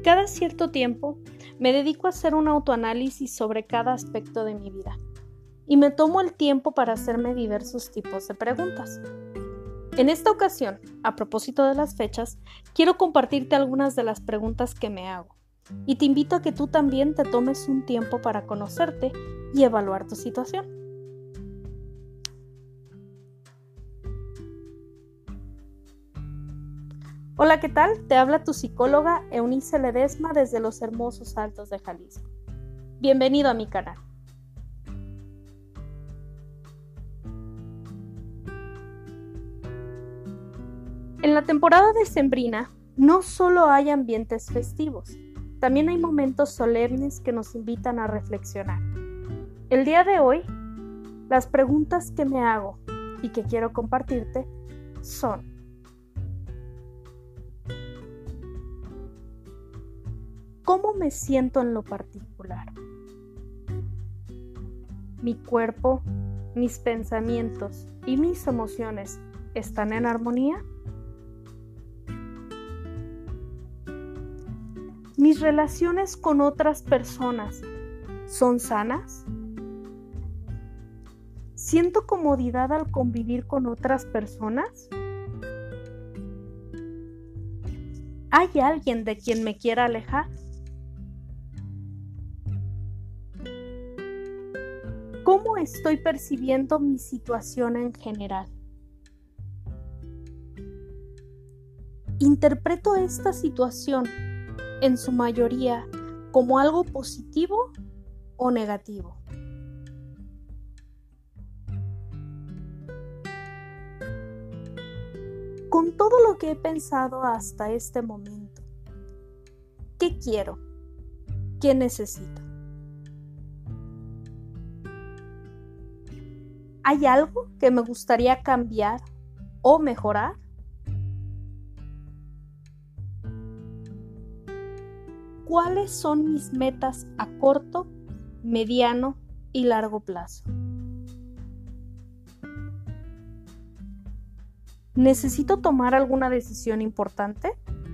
Cada cierto tiempo me dedico a hacer un autoanálisis sobre cada aspecto de mi vida y me tomo el tiempo para hacerme diversos tipos de preguntas. En esta ocasión, a propósito de las fechas, quiero compartirte algunas de las preguntas que me hago y te invito a que tú también te tomes un tiempo para conocerte y evaluar tu situación. Hola, ¿qué tal? Te habla tu psicóloga Eunice Ledesma desde los hermosos Altos de Jalisco. Bienvenido a mi canal. En la temporada decembrina no solo hay ambientes festivos, también hay momentos solemnes que nos invitan a reflexionar. El día de hoy, las preguntas que me hago y que quiero compartirte son: ¿cómo me siento en lo particular? ¿Mi cuerpo, mis pensamientos y mis emociones están en armonía? ¿Mis relaciones con otras personas son sanas? ¿Siento comodidad al convivir con otras personas? ¿Hay alguien de quien me quiera alejar? ¿Cómo estoy percibiendo mi situación en general? ¿Interpreto esta situación en su mayoría como algo positivo o negativo? Con todo lo que he pensado hasta este momento, ¿qué quiero? ¿Qué necesito? ¿Hay algo que me gustaría cambiar o mejorar? ¿Cuáles son mis metas a corto, mediano y largo plazo? ¿Necesito tomar alguna decisión importante?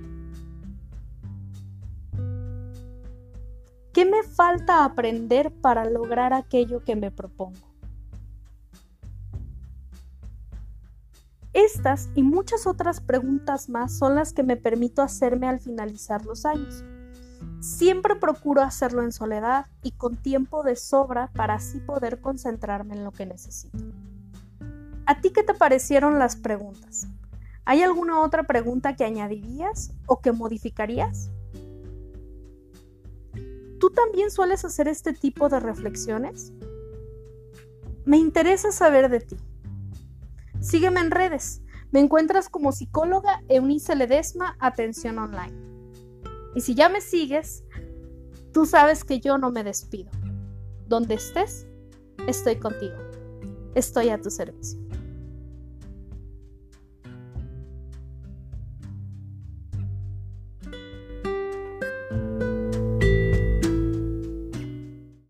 ¿Qué me falta aprender para lograr aquello que me propongo? Estas y muchas otras preguntas más son las que me permito hacerme al finalizar los años. Siempre procuro hacerlo en soledad y con tiempo de sobra para así poder concentrarme en lo que necesito. ¿A ti qué te parecieron las preguntas? ¿Hay alguna otra pregunta que añadirías o que modificarías? ¿Tú también sueles hacer este tipo de reflexiones? Me interesa saber de ti. Sígueme en redes. Me encuentras como psicóloga Eunice Ledesma, Atención Online. Y si ya me sigues, tú sabes que yo no me despido. Donde estés, estoy contigo. Estoy a tu servicio.